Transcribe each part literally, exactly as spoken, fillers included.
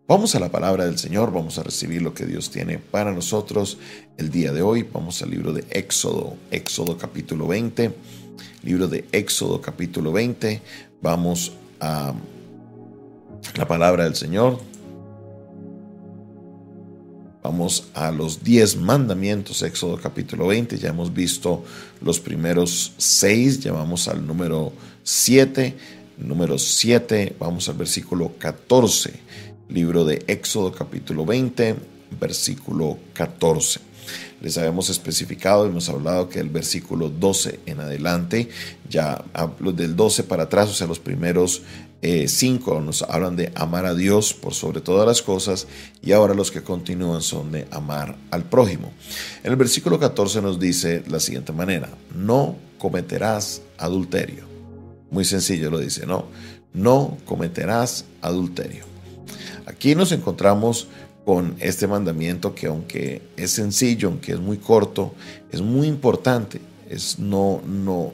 Vamos a la palabra del Señor, vamos a recibir lo que Dios tiene para nosotros el día de hoy. Vamos al libro de Éxodo, Éxodo capítulo veinte, libro de Éxodo capítulo veinte. Vamos a la palabra del Señor. Vamos a los diez mandamientos, Éxodo capítulo veinte. Ya hemos visto los primeros seis, ya vamos al número siete. Número siete, vamos al versículo catorce. Libro de Éxodo capítulo veinte, versículo catorce. Les habíamos especificado, hemos hablado que el versículo doce en adelante, ya hablo del doce para atrás, o sea, los primeros eh, cinco nos hablan de amar a Dios por sobre todas las cosas, y ahora los que continúan son de amar al prójimo. En el versículo catorce nos dice la siguiente manera: no cometerás adulterio. Muy sencillo lo dice, ¿no? No cometerás adulterio. Aquí nos encontramos con este mandamiento que, aunque es sencillo, aunque es muy corto, es muy importante. Es no, no,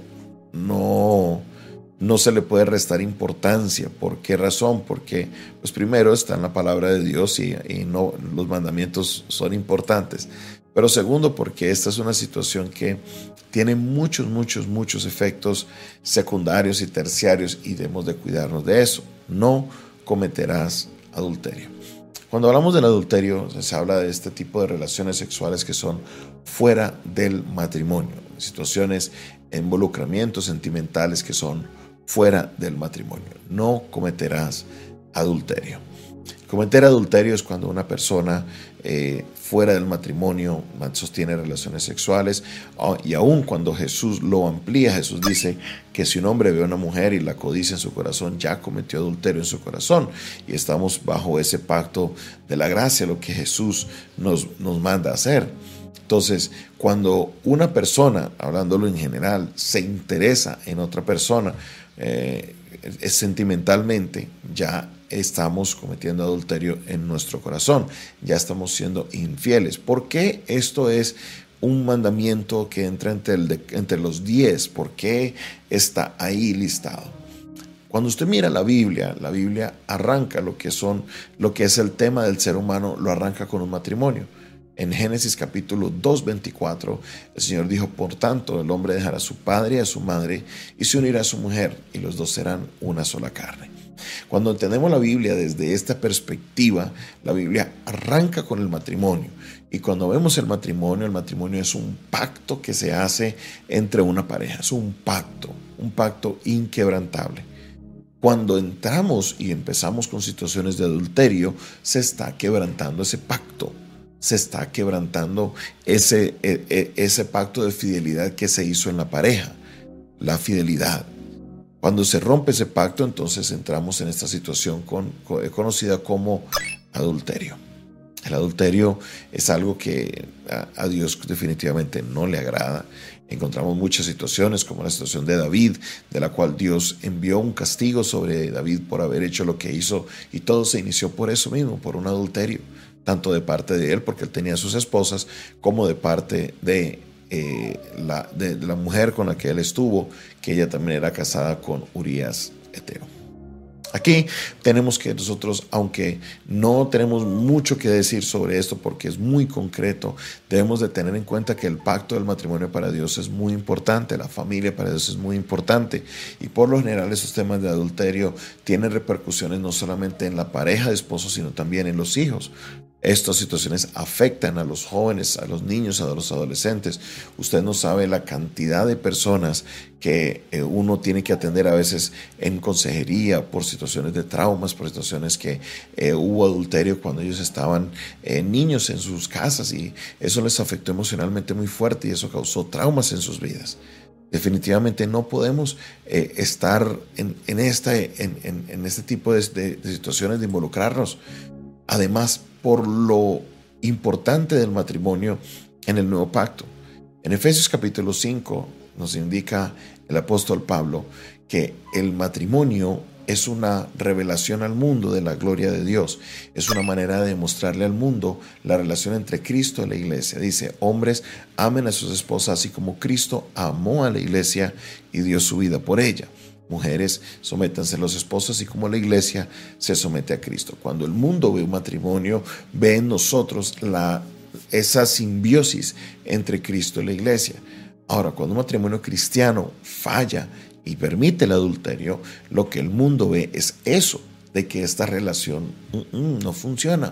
no, no se le puede restar importancia. ¿Por qué razón? Porque, pues primero está en la palabra de Dios y, y no, los mandamientos son importantes. Pero segundo, porque esta es una situación que tiene muchos, muchos, muchos efectos secundarios y terciarios y debemos de cuidarnos de eso. No cometerás adulterio. Cuando hablamos del adulterio, se habla de este tipo de relaciones sexuales que son fuera del matrimonio, situaciones, involucramientos sentimentales que son fuera del matrimonio. No cometerás adulterio. Cometer adulterio es cuando una persona eh, fuera del matrimonio sostiene relaciones sexuales, y aun cuando Jesús lo amplía, Jesús dice que si un hombre ve a una mujer y la codicia en su corazón, ya cometió adulterio en su corazón, y estamos bajo ese pacto de la gracia, lo que Jesús nos, nos manda a hacer. Entonces, cuando una persona, hablándolo en general, se interesa en otra persona eh, sentimentalmente, ya estamos cometiendo adulterio en nuestro corazón, ya estamos siendo infieles. ¿Por qué esto es un mandamiento que entra entre, el de, entre los diez? ¿Por qué está ahí listado? Cuando usted mira la Biblia, la Biblia arranca lo que son, lo que es el tema del ser humano, lo arranca con un matrimonio. En Génesis capítulo dos, veinticuatro, el Señor dijo: por tanto, el hombre dejará a su padre y a su madre y se unirá a su mujer, y los dos serán una sola carne. Cuando entendemos la Biblia desde esta perspectiva, la Biblia arranca con el matrimonio. Y cuando vemos el matrimonio, el matrimonio es un pacto que se hace entre una pareja. Es un pacto, un pacto inquebrantable. Cuando entramos y empezamos con situaciones de adulterio, se está quebrantando ese pacto. Se está quebrantando ese, ese pacto de fidelidad que se hizo en la pareja, la fidelidad. Cuando se rompe ese pacto, entonces entramos en esta situación con, conocida como adulterio. El adulterio es algo que a, a Dios definitivamente no le agrada. Encontramos muchas situaciones, como la situación de David, de la cual Dios envió un castigo sobre David por haber hecho lo que hizo, y todo se inició por eso mismo, por un adulterio, tanto de parte de él, porque él tenía sus esposas, como de parte de, eh, la, de, de la mujer con la que él estuvo, que ella también era casada con Urías Eteo. Aquí tenemos que nosotros, aunque no tenemos mucho que decir sobre esto porque es muy concreto, debemos de tener en cuenta que el pacto del matrimonio para Dios es muy importante, la familia para Dios es muy importante, y por lo general esos temas de adulterio tienen repercusiones no solamente en la pareja de esposos, sino también en los hijos. Estas situaciones afectan a los jóvenes, a los niños, a los adolescentes. Usted no sabe la cantidad de personas que uno tiene que atender a veces en consejería por situaciones de traumas, por situaciones que eh, hubo adulterio cuando ellos estaban eh, niños en sus casas, y eso les afectó emocionalmente muy fuerte y eso causó traumas en sus vidas. Definitivamente no podemos eh, estar en, en, esta, en, en, en este tipo de, de, de situaciones, de involucrarnos. Además, por lo importante del matrimonio en el nuevo pacto. En Efesios capítulo cinco nos indica el apóstol Pablo que el matrimonio es una revelación al mundo de la gloria de Dios. Es una manera de demostrarle al mundo la relación entre Cristo y la iglesia. Dice: hombres, amen a sus esposas así como Cristo amó a la iglesia y dio su vida por ella. Mujeres, sométanse a los esposos así como la iglesia se somete a Cristo. Cuando el mundo ve un matrimonio, ve en nosotros la, esa simbiosis entre Cristo y la iglesia. Ahora, cuando un matrimonio cristiano falla y permite el adulterio, lo que el mundo ve es eso, de que esta relación mm, mm, no funciona,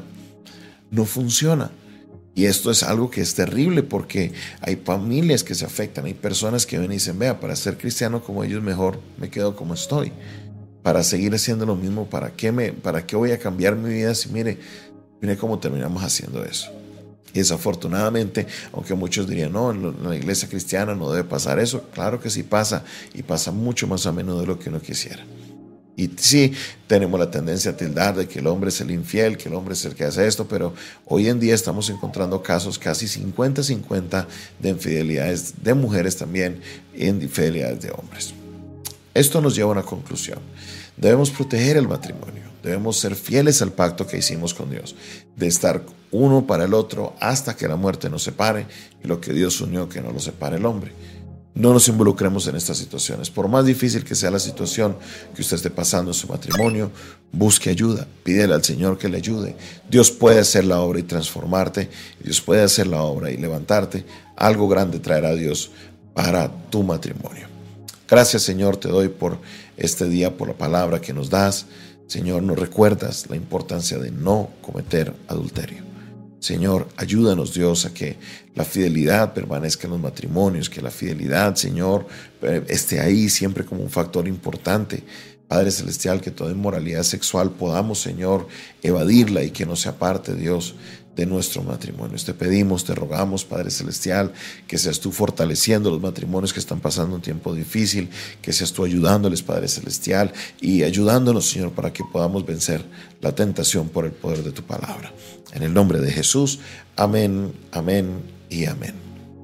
no funciona. Y esto es algo que es terrible porque hay familias que se afectan, hay personas que ven y dicen, vea, para ser cristiano como ellos mejor me quedo como estoy. Para seguir haciendo lo mismo, ¿para qué, me, para qué voy a cambiar mi vida si mire, mire cómo terminamos haciendo eso? Y desafortunadamente, aunque muchos dirían, no, en la iglesia cristiana no debe pasar eso, claro que sí pasa y pasa mucho más a menudo de lo que uno quisiera. Y sí, tenemos la tendencia a tildar de que el hombre es el infiel, que el hombre es el que hace esto, pero hoy en día estamos encontrando casos casi cincuenta cincuenta de infidelidades de mujeres también y infidelidades de hombres. Esto nos lleva a una conclusión. Debemos proteger el matrimonio, debemos ser fieles al pacto que hicimos con Dios, de estar uno para el otro hasta que la muerte nos separe y lo que Dios unió que no lo separe el hombre. No nos involucremos en estas situaciones. Por más difícil que sea la situación que usted esté pasando en su matrimonio, busque ayuda, pídele al Señor que le ayude. Dios puede hacer la obra y transformarte, Dios puede hacer la obra y levantarte. Algo grande traerá Dios para tu matrimonio. Gracias, Señor, te doy por este día, por la palabra que nos das. Señor, nos recuerdas la importancia de no cometer adulterio. Señor, ayúdanos, Dios, a que la fidelidad permanezca en los matrimonios, que la fidelidad, Señor, esté ahí siempre como un factor importante. Padre Celestial, que toda inmoralidad sexual podamos, Señor, evadirla y que no sea parte, Dios, de nuestro matrimonio. Te pedimos, te rogamos, Padre Celestial, que seas tú fortaleciendo los matrimonios que están pasando un tiempo difícil, que seas tú ayudándoles, Padre Celestial, y ayudándonos, Señor, para que podamos vencer la tentación por el poder de tu palabra. En el nombre de Jesús, amén, amén y amén.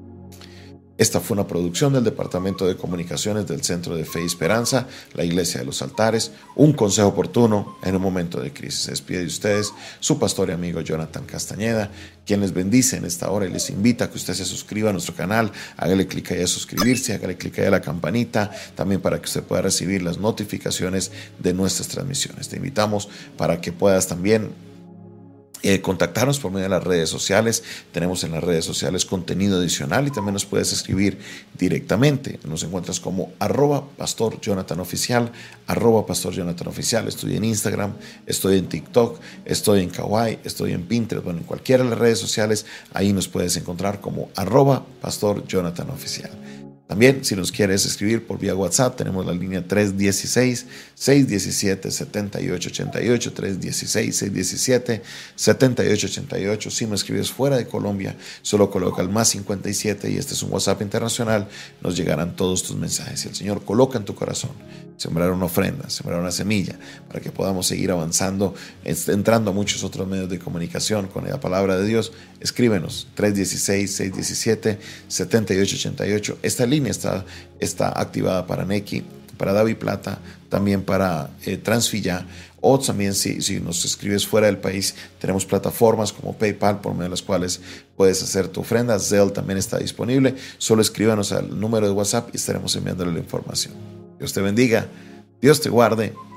Esta fue una producción del Departamento de Comunicaciones del Centro de Fe y Esperanza, la Iglesia de los Altares, un consejo oportuno en un momento de crisis. Se despide de ustedes su pastor y amigo Jonathan Castañeda, quien les bendice en esta hora y les invita a que usted se suscriba a nuestro canal, hágale clic ahí a suscribirse, hágale clic ahí a la campanita, también para que usted pueda recibir las notificaciones de nuestras transmisiones. Te invitamos para que puedas también Eh, contactarnos por medio de las redes sociales. Tenemos en las redes sociales contenido adicional y también nos puedes escribir directamente. Nos encuentras como arroba pastor Jonathan oficial, arroba pastor Jonathan oficial. Estoy en Instagram, estoy en TikTok, estoy en Kawaii, estoy en Pinterest. Bueno, en cualquiera de las redes sociales, ahí nos puedes encontrar como arroba pastor Jonathan oficial. También, si nos quieres escribir por vía WhatsApp, tenemos la línea tres uno seis, seis uno siete, siete ocho ocho ocho, tres uno seis, seis uno siete, siete ocho ocho ocho. Si me escribes fuera de Colombia, solo coloca el más cincuenta y siete y este es un WhatsApp internacional, nos llegarán todos tus mensajes. Y el Señor coloca en tu corazón sembrar una ofrenda, sembrar una semilla, para que podamos seguir avanzando, entrando a muchos otros medios de comunicación con la palabra de Dios. Escríbenos tres uno seis, seis uno siete, siete ocho ocho ocho. Esta línea está, está activada para Nequi, para Davi Plata, también para eh, Transfilla, o también si, si nos escribes fuera del país, tenemos plataformas como PayPal por medio de las cuales puedes hacer tu ofrenda. Zelle también está disponible. Solo escríbanos al número de WhatsApp y estaremos enviándole la información. Dios te bendiga, Dios te guarde.